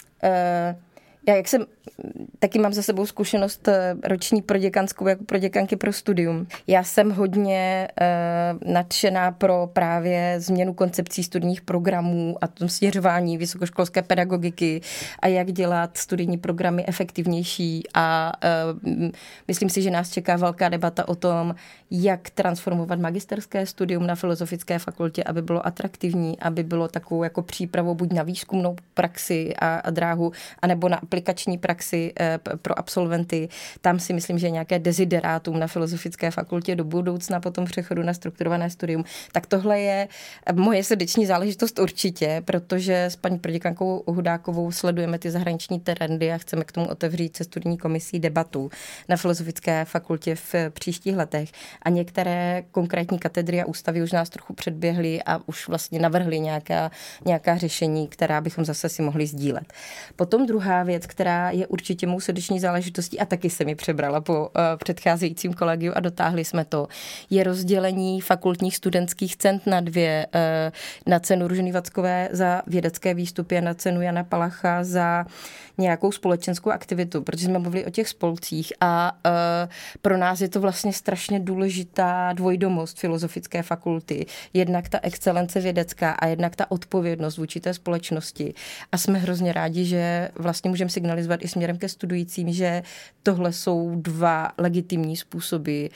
jak jsem, taky mám za sebou zkušenost roční proděkanskou jako proděkanky pro studium. Já jsem hodně nadšená pro právě změnu koncepcí studijních programů a tom směřování vysokoškolské pedagogiky a jak dělat studijní programy efektivnější a myslím si, že nás čeká velká debata o tom, jak transformovat magisterské studium na Filozofické fakultě, aby bylo atraktivní, aby bylo takovou jako přípravou buď na výzkumnou praxi a dráhu, anebo na aplikační praxi pro absolventy. Tam si myslím, že nějaké desiderátum na Filozofické fakultě do budoucna po tom přechodu na strukturované studium. Tak tohle je moje srdeční záležitost určitě, protože s paní proděkankou Hudákovou sledujeme ty zahraniční trendy a chceme k tomu otevřít se studijní komisí debatu na Filozofické fakultě v příštích letech. A některé konkrétní katedry a ústavy už nás trochu předběhly a už vlastně navrhly nějaká řešení, která bychom zase si mohli sdílet. Potom druhá věc, která je je určitě mou srdeční záležitostí a taky se mi přebrala po předcházejícím kolegiu a dotáhli jsme to, je rozdělení fakultních studentských cent na dvě, na cenu Ruženy Vackové za vědecké výstupy a na cenu Jana Palacha za nějakou společenskou aktivitu, protože jsme mluvili o těch spolcích a pro nás je to vlastně strašně důležitá dvojdomost filozofické fakulty. Jednak ta excelence vědecká a jednak ta odpovědnost vůči té společnosti. A jsme hrozně rádi, že vlastně můžeme signalizovat i směrem ke studujícím, že tohle jsou dva legitimní způsoby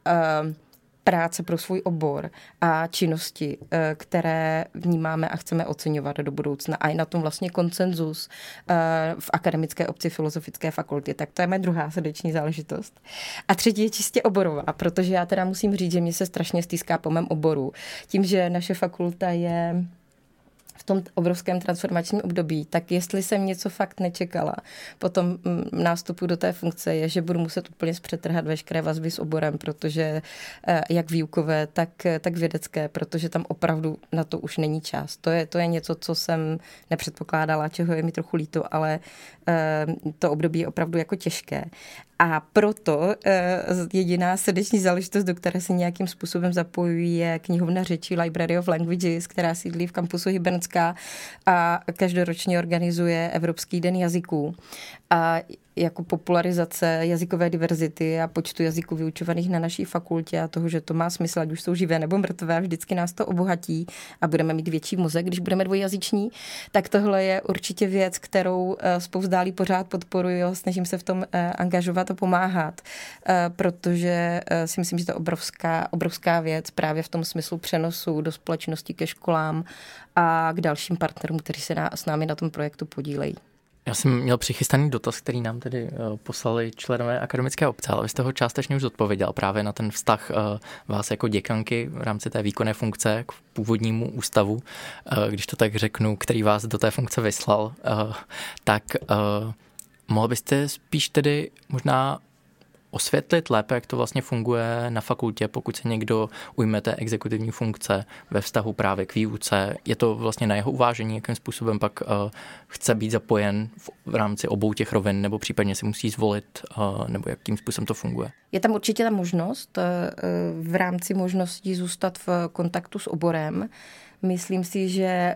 práce pro svůj obor a činnosti, které vnímáme a chceme oceňovat do budoucna. A je na tom vlastně konsenzus v akademické obci Filozofické fakulty. Tak to je moje druhá srdeční záležitost. A třetí je čistě oborová, protože já teda musím říct, že mě se strašně stýská po mém oboru. Tím, že naše fakulta je v tom obrovském transformačním období, tak jestli jsem něco fakt nečekala po tom nástupu do té funkce, je, že budu muset úplně zpřetrhat veškeré vazby s oborem, protože jak výukové, tak vědecké, protože tam opravdu na to už není čas. To je něco, co jsem nepředpokládala, čeho je mi trochu líto, ale to období je opravdu jako těžké. A proto jediná srdeční záležitost, do které se nějakým způsobem zapojují, je knihovna řečí Library of Languages, která sídlí v kampusu Hybernská a každoročně organizuje Evropský den jazyků. A jako popularizace jazykové diverzity a počtu jazyků vyučovaných na naší fakultě a toho, že to má smysl, ať už jsou živé nebo mrtvé, vždycky nás to obohatí a budeme mít větší mozek, když budeme dvojjazyční, tak tohle je určitě věc, kterou Zpovzdálí pořád podporuji, snažím se v tom angažovat a pomáhat, protože si myslím, že to je obrovská věc právě v tom smyslu přenosu do společnosti, ke školám a k dalším partnerům, kteří se s námi na tom projektu podílejí. Já jsem měl přichystaný dotaz, který nám tedy poslali členové akademické obce, ale vy jste ho částečně už odpověděl právě na ten vztah vás jako děkanky v rámci té výkonné funkce k původnímu ústavu, když to tak řeknu, který vás do té funkce vyslal, tak mohl byste spíš tedy možná osvětlit lépe, jak to vlastně funguje na fakultě, pokud se někdo ujme té exekutivní funkce ve vztahu právě k výuce. Je to vlastně na jeho uvážení, jakým způsobem pak chce být zapojen v rámci obou těch rovin, nebo případně si musí zvolit, nebo jakým způsobem to funguje? Je tam určitě ta možnost v rámci možností zůstat v kontaktu s oborem. Myslím si, že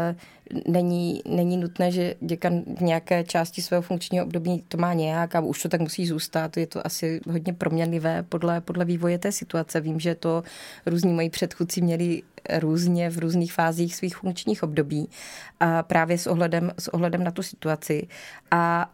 není nutné, že děkan v nějaké části svého funkčního období to má nějak a už to tak musí zůstat. Je to asi hodně proměnlivé podle vývoje té situace. Vím, že to různí moji předchůdci měli různě v různých fázích svých funkčních období a právě s ohledem na tu situaci. A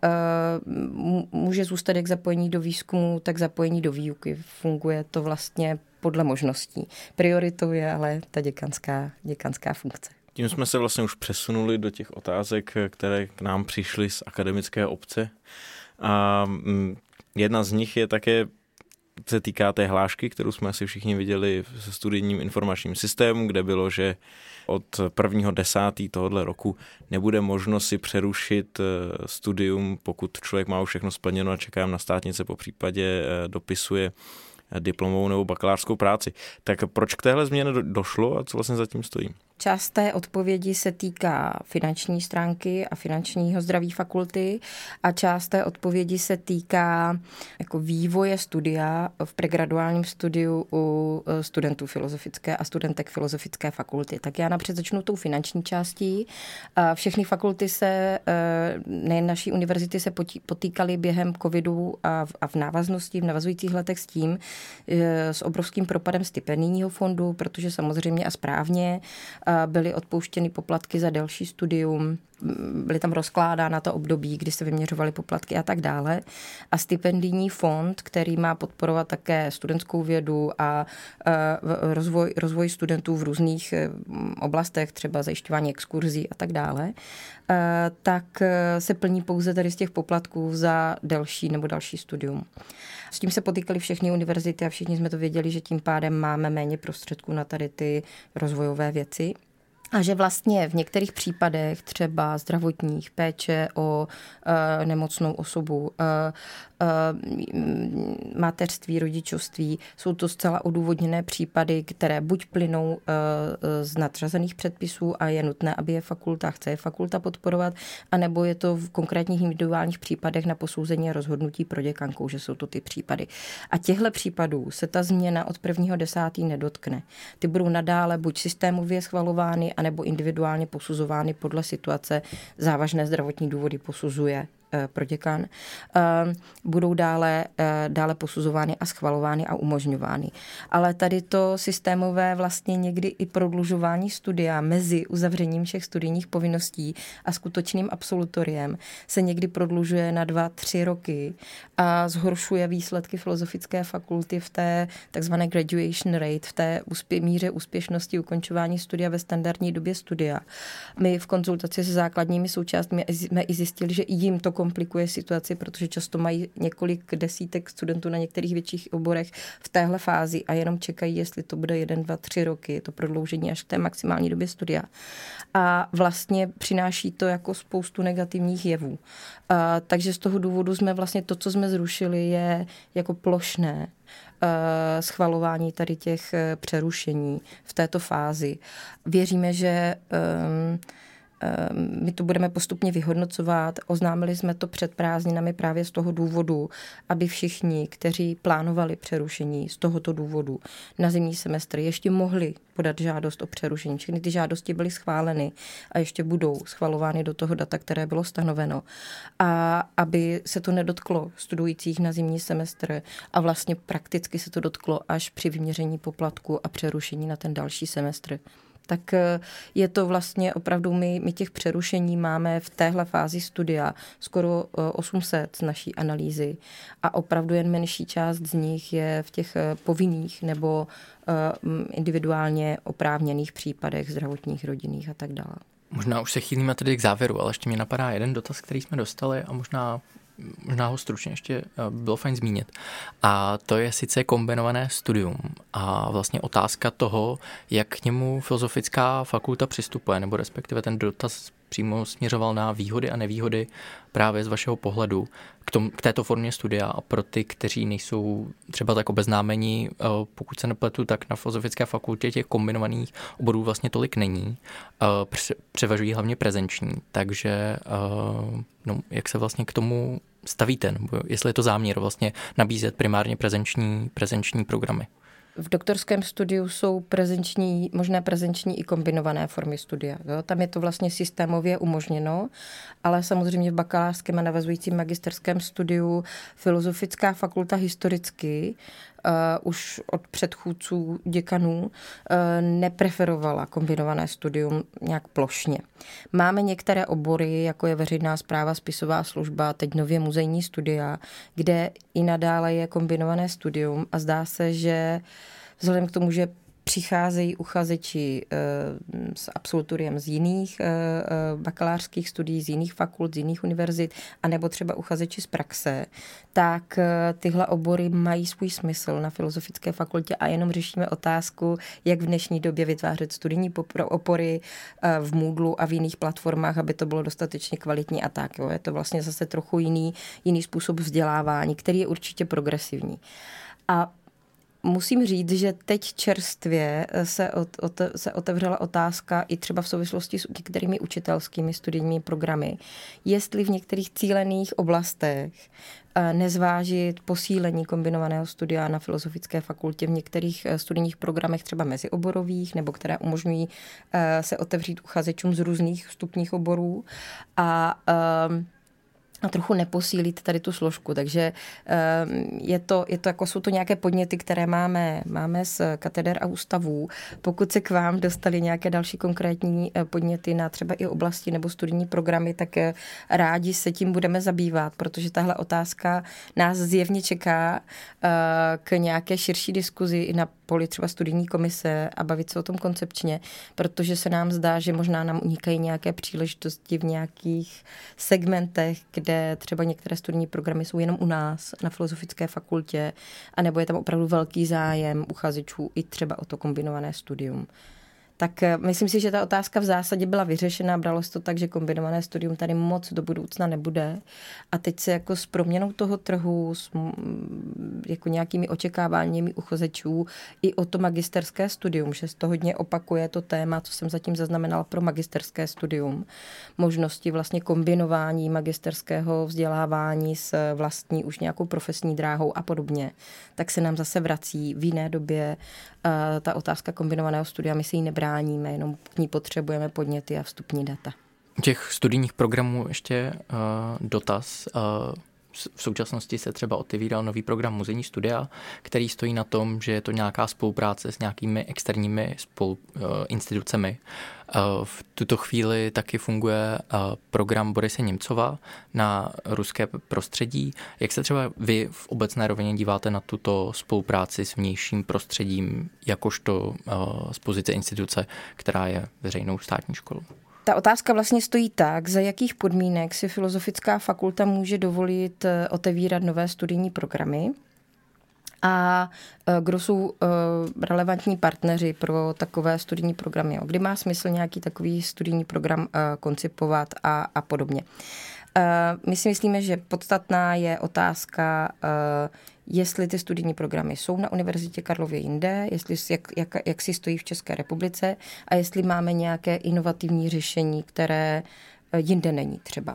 může zůstat jak zapojení do výzkumu, tak zapojení do výuky. Funguje to vlastně podle možností. Prioritou je ale ta děkanská funkce. Tím jsme se vlastně už přesunuli do těch otázek, které k nám přišly z akademické obce. A jedna z nich je také, se týká té hlášky, kterou jsme asi všichni viděli se studijním informačním systému, kde bylo, že od 1.10. tohoto roku nebude možno si přerušit studium, pokud člověk má už všechno splněno a čeká na státnice, po případě dopisuje diplomovou nebo bakalářskou práci. Tak proč k téhle změně došlo a co vlastně zatím stojí? Část té odpovědi se týká finanční stránky a finančního zdraví fakulty a část té odpovědi se týká jako vývoje studia v pregraduálním studiu u studentů filozofické a studentek filozofické fakulty. Tak já napřed začnu tou finanční částí. Všechny fakulty se, nejen naší univerzity, se potýkaly během covidu a v návaznosti, v navazujících letech s tím, s obrovským propadem stipendijního fondu, protože samozřejmě a správně byly odpouštěny poplatky za delší studium, byly tam rozkládána ta období, kdy se vyměřovaly poplatky a tak dále. A stipendijní fond, který má podporovat také studentskou vědu a rozvoj studentů v různých oblastech, třeba zajišťování exkurzí a tak dále, tak se plní pouze tady z těch poplatků za delší nebo další studium. S tím se potýkaly všechny univerzity a všichni jsme to věděli, že tím pádem máme méně prostředků na tady ty rozvojové věci. A že vlastně v některých případech třeba zdravotních, péče o nemocnou osobu, mateřství, rodičovství, jsou to zcela odůvodněné případy, které buď plynou z nadřazených předpisů a je nutné, aby je fakulta, chce je fakulta podporovat, anebo je to v konkrétních individuálních případech na posouzení a rozhodnutí pro děkankou, že jsou to ty případy. A těchto případů se ta změna od 1.10. nedotkne. Ty budou nadále buď systémově schvalovány, anebo individuálně posuzovány podle situace. Závažné zdravotní důvody posuzuje proděkan, budou dále posuzovány a schvalovány a umožňovány. Ale tady to systémové vlastně někdy i prodlužování studia mezi uzavřením všech studijních povinností a skutečným absolutoriem se někdy prodlužuje na 2-3 roky a zhoršuje výsledky filozofické fakulty v té takzvané graduation rate, v té míře úspěšnosti ukončování studia ve standardní době studia. My v konzultaci se základními součástmi jsme i zjistili, že i jim to komplikuje situaci, protože často mají několik desítek studentů na některých větších oborech v téhle fázi a jenom čekají, jestli to bude 1, 2, 3 roky, to prodloužení až k té maximální době studia. A vlastně přináší to jako spoustu negativních jevů. Takže z toho důvodu jsme vlastně to, co jsme zrušili, je jako plošné schvalování tady těch přerušení v této fázi. Věříme, že my to budeme postupně vyhodnocovat. Oznámili jsme to před prázdninami právě z toho důvodu, aby všichni, kteří plánovali přerušení z tohoto důvodu na zimní semestr, ještě mohli podat žádost o přerušení. Všechny ty žádosti byly schváleny a ještě budou schvalovány do toho data, které bylo stanoveno. A aby se to nedotklo studujících na zimní semestr a vlastně prakticky se to dotklo až při vyměření poplatku a přerušení na ten další semestr. Tak je to vlastně opravdu, my těch přerušení máme v téhle fázi studia skoro 800 z naší analýzy a opravdu jen menší část z nich je v těch povinných nebo individuálně oprávněných případech zdravotních, rodinných a tak dále. Možná už se chýlíme tedy k závěru, ale ještě mě napadá jeden dotaz, který jsme dostali a možná ho stručně ještě bylo fajn zmínit. A to je sice kombinované studium a vlastně otázka toho, jak k němu filozofická fakulta přistupuje, nebo respektive ten dotaz přímo směřoval na výhody a nevýhody právě z vašeho pohledu k této formě studia a pro ty, kteří nejsou třeba tak obeznámeni, pokud se nepletu, tak na filozofické fakultě těch kombinovaných oborů vlastně tolik není. Převažují hlavně prezenční, takže jak se vlastně k tomu stavíte, nebo jestli je to záměr vlastně nabízet primárně prezenční programy? V doktorském studiu jsou možné prezenční i kombinované formy studia. Jo? Tam je to vlastně systémově umožněno, ale samozřejmě v bakalářském a navazujícím magisterském studiu filozofická fakulta historicky už od předchůdců děkanů nepreferovala kombinované studium nějak plošně. Máme některé obory, jako je veřejná správa, spisová služba, teď nově muzejní studia, kde i nadále je kombinované studium a zdá se, že vzhledem k tomu, že přicházejí uchazeči s absolutoriem z jiných bakalářských studií, z jiných fakult, z jiných univerzit, anebo třeba uchazeči z praxe, tak tyhle obory mají svůj smysl na filozofické fakultě a jenom řešíme otázku, jak v dnešní době vytvářet studijní opory v Moodlu a v jiných platformách, aby to bylo dostatečně kvalitní a tak. Jo. Je to vlastně zase trochu jiný způsob vzdělávání, který je určitě progresivní. A musím říct, že teď čerstvě se otevřela otázka i třeba v souvislosti s některými učitelskými studijními programy, jestli v některých cílených oblastech nezvážit posílení kombinovaného studia na filozofické fakultě v některých studijních programech třeba mezioborových, nebo které umožňují se otevřít uchazečům z různých vstupních oborů a trochu neposílit tady tu složku. Takže jsou to nějaké podněty, které máme z kateder a ústavů. Pokud se k vám dostali nějaké další konkrétní podněty na třeba i oblasti nebo studijní programy, tak rádi se tím budeme zabývat, protože tahle otázka nás zjevně čeká k nějaké širší diskuzi i na poli třeba studijní komise a bavit se o tom koncepčně, protože se nám zdá, že možná nám unikají nějaké příležitosti v nějakých segmentech, kde třeba některé studijní programy jsou jenom u nás na filozofické fakultě, anebo je tam opravdu velký zájem uchazečů i třeba o to kombinované studium. Tak myslím si, že ta otázka v zásadě byla vyřešena, bralo se to tak, že kombinované studium tady moc do budoucna nebude. A teď se jako s proměnou toho trhu, s jako nějakými očekáváními uchazečů i o to magisterské studium, že to hodně opakuje to téma, co jsem zatím zaznamenala pro magisterské studium. Možnosti vlastně kombinování magisterského vzdělávání s vlastní už nějakou profesní dráhou a podobně. Tak se nám zase vrací v jiné době ta otázka kombinovaného studia. My si ji nebráníme, jenom k ní potřebujeme podněty a vstupní data. U těch studijních programů ještě dotaz. V současnosti se třeba otevíral nový program muzejní studia, který stojí na tom, že je to nějaká spolupráce s nějakými externími institucemi. V tuto chvíli taky funguje program Borise Němcova na ruské prostředí. Jak se třeba vy v obecné rovině díváte na tuto spolupráci s vnějším prostředím, jakožto z pozice instituce, která je veřejnou státní školou? Ta otázka vlastně stojí tak, za jakých podmínek si Filozofická fakulta může dovolit otevírat nové studijní programy a kdo jsou relevantní partneři pro takové studijní programy. Kdy má smysl nějaký takový studijní program koncipovat a podobně. My si myslíme, že podstatná je otázka, jestli ty studijní programy jsou na Univerzitě Karlově jinde, jestli jak si stojí v České republice a jestli máme nějaké inovativní řešení, které jinde není třeba.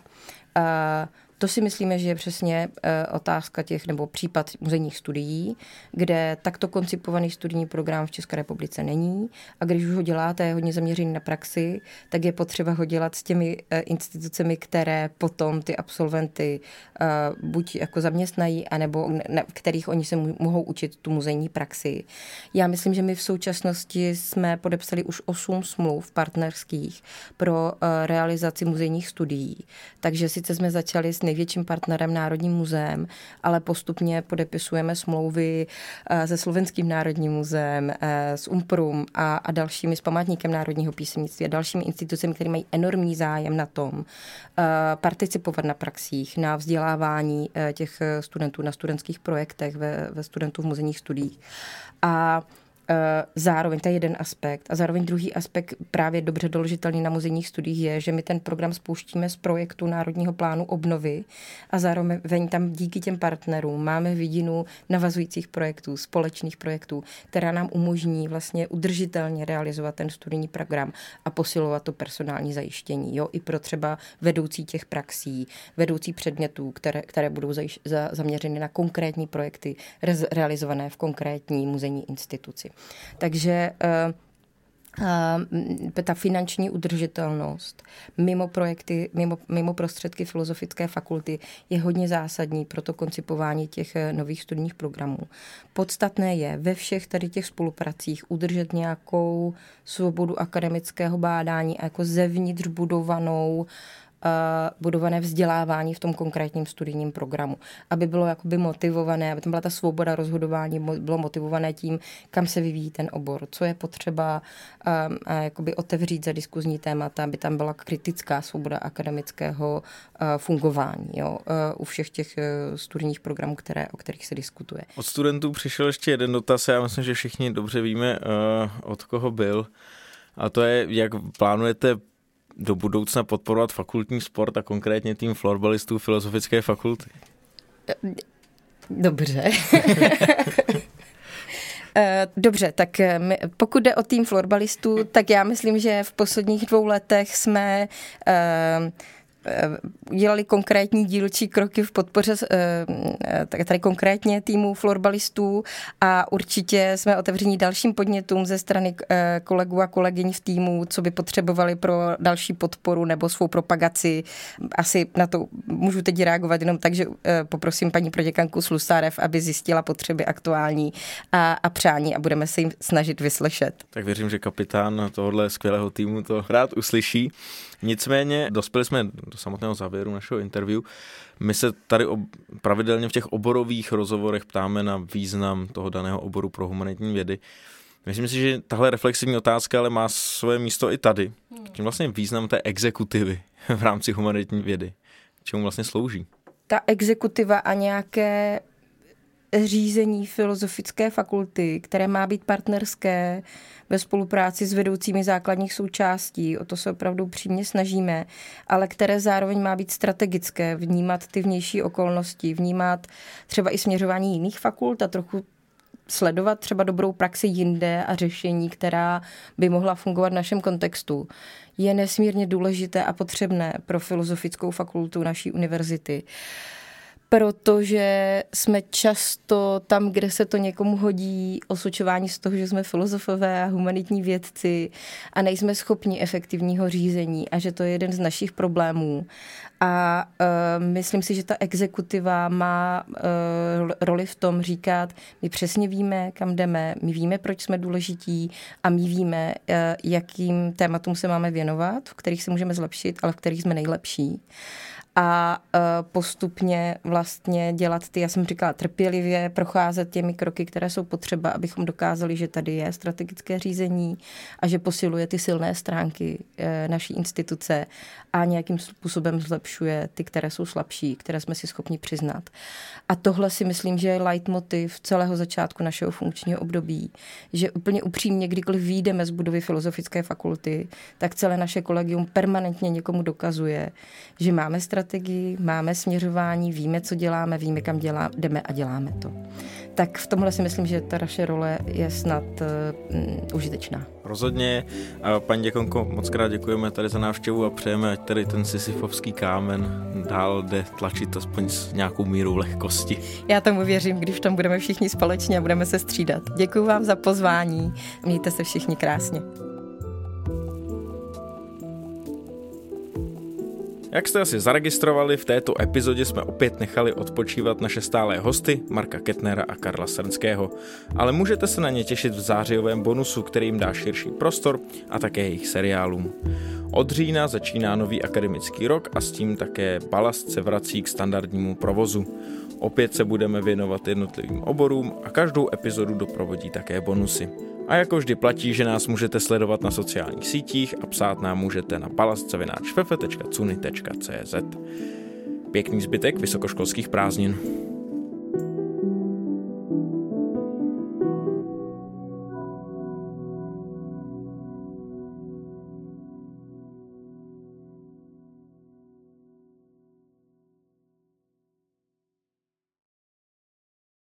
To si myslíme, že je přesně otázka těch, nebo případ muzejních studií, kde takto koncipovaný studijní program v České republice není a když už ho děláte, je hodně zaměřený na praxi, tak je potřeba ho dělat s těmi institucemi, které potom ty absolventy buď jako zaměstnají, anebo v kterých oni se mohou učit tu muzejní praxi. Já myslím, že my v současnosti jsme podepsali už 8 smluv partnerských pro realizaci muzejních studií, takže sice jsme začali s největším partnerem Národním muzeem, ale postupně podepisujeme smlouvy se Slovenským národním muzeem, s UMPRUM a dalšími, s Památníkem národního písemnictví a dalšími institucemi, které mají enormní zájem na tom participovat na praxích, na vzdělávání těch studentů, na studentských projektech, ve studentů v muzejních studiích. A zároveň, to je jeden aspekt. A zároveň druhý aspekt právě dobře doložitelný na muzejních studiích je, že my ten program spouštíme z projektu Národního plánu obnovy a zároveň tam díky těm partnerům máme vidinu navazujících projektů, společných projektů, která nám umožní vlastně udržitelně realizovat ten studijní program a posilovat to personální zajištění. Jo? I pro třeba vedoucí těch praxí, vedoucí předmětů, které budou zaměřeny na konkrétní projekty realizované v konkrétní muzejní instituci. Takže ta finanční udržitelnost mimo projekty, mimo prostředky Filozofické fakulty je hodně zásadní pro to koncipování těch nových studijních programů. Podstatné je ve všech tady těch spolupracích udržet nějakou svobodu akademického bádání a jako zevnitř budované vzdělávání v tom konkrétním studijním programu. Aby bylo jakoby motivované, aby tam byla ta svoboda rozhodování, bylo motivované tím, kam se vyvíjí ten obor, co je potřeba jakoby otevřít za diskuzní témata, aby tam byla kritická svoboda akademického fungování, jo, u všech těch studijních programů, o kterých se diskutuje. Od studentů přišel ještě jeden dotaz, já myslím, že všichni dobře víme, od koho byl. A to je, jak plánujete do budoucna podporovat fakultní sport a konkrétně tým florbalistů Filozofické fakulty? Dobře. Dobře, tak pokud jde o tým florbalistů, tak já myslím, že v posledních 2 letech jsme udělali konkrétní dílčí kroky v podpoře tady konkrétně týmu florbalistů a určitě jsme otevření dalším podnětům ze strany kolegů a kolegyň v týmu, co by potřebovali pro další podporu nebo svou propagaci. Asi na to můžu teď reagovat jenom tak, že poprosím paní proděkanku Slusárev, aby zjistila potřeby aktuální a přání a budeme se jim snažit vyslyšet. Tak věřím, že kapitán tohohle skvělého týmu to rád uslyší. Nicméně dospěli jsme do samotného závěru našeho interview. My se tady pravidelně v těch oborových rozhovorech ptáme na význam toho daného oboru pro humanitní vědy. Myslím si, že tahle reflexivní otázka ale má své místo i tady. Tím vlastně význam té exekutivy v rámci humanitní vědy. Čemu vlastně slouží? Ta exekutiva a nějaké řízení filozofické fakulty, které má být partnerské ve spolupráci s vedoucími základních součástí, o to se opravdu přímě snažíme, ale které zároveň má být strategické, vnímat ty vnější okolnosti, vnímat třeba i směřování jiných fakult a trochu sledovat třeba dobrou praxi jinde a řešení, která by mohla fungovat v našem kontextu, je nesmírně důležité a potřebné pro filozofickou fakultu naší univerzity. Protože jsme často tam, kde se to někomu hodí, osočování z toho, že jsme filozofové a humanitní vědci a nejsme schopni efektivního řízení a že to je jeden z našich problémů. A myslím si, že ta exekutiva má roli v tom říkat, my přesně víme, kam jdeme, my víme, proč jsme důležití a my víme, jakým tématům se máme věnovat, v kterých se můžeme zlepšit, ale v kterých jsme nejlepší. A postupně vlastně dělat ty, já jsem říkala, trpělivě procházet těmi kroky, které jsou potřeba, abychom dokázali, že tady je strategické řízení a že posiluje ty silné stránky naší instituce a nějakým způsobem zlepšuje ty, které jsou slabší, které jsme si schopni přiznat. A tohle si myslím, že je leitmotiv celého začátku našeho funkčního období, že úplně upřímně, kdykoliv vyjdeme z budovy Filozofické fakulty, tak celé naše kolegium permanentně někomu dokazuje, že máme strategii, máme směřování, víme, co děláme, víme, kam jdeme a děláme to. Tak v tomhle si myslím, že ta naše role je snad užitečná. Rozhodně. Paní děkonko, moc krát děkujeme tady za návštěvu a přejeme, ať tady ten sisyfovský kámen dál jde tlačit aspoň s nějakou mírou lehkosti. Já tomu věřím, když tam budeme všichni společně a budeme se střídat. Děkuji vám za pozvání. Mějte se všichni krásně. Jak jste asi zaregistrovali, v této epizodě jsme opět nechali odpočívat naše stálé hosty Marka Kettnera a Karla Srnského, ale můžete se na ně těšit v zářijovém bonusu, který jim dá širší prostor a také jejich seriálům. Od října začíná nový akademický rok a s tím také Balast se vrací k standardnímu provozu. Opět se budeme věnovat jednotlivým oborům a každou epizodu doprovodí také bonusy. A jako vždy platí, že nás můžete sledovat na sociálních sítích a psát nám můžete na balast@ff.cuny.cz. Pěkný zbytek vysokoškolských prázdnin.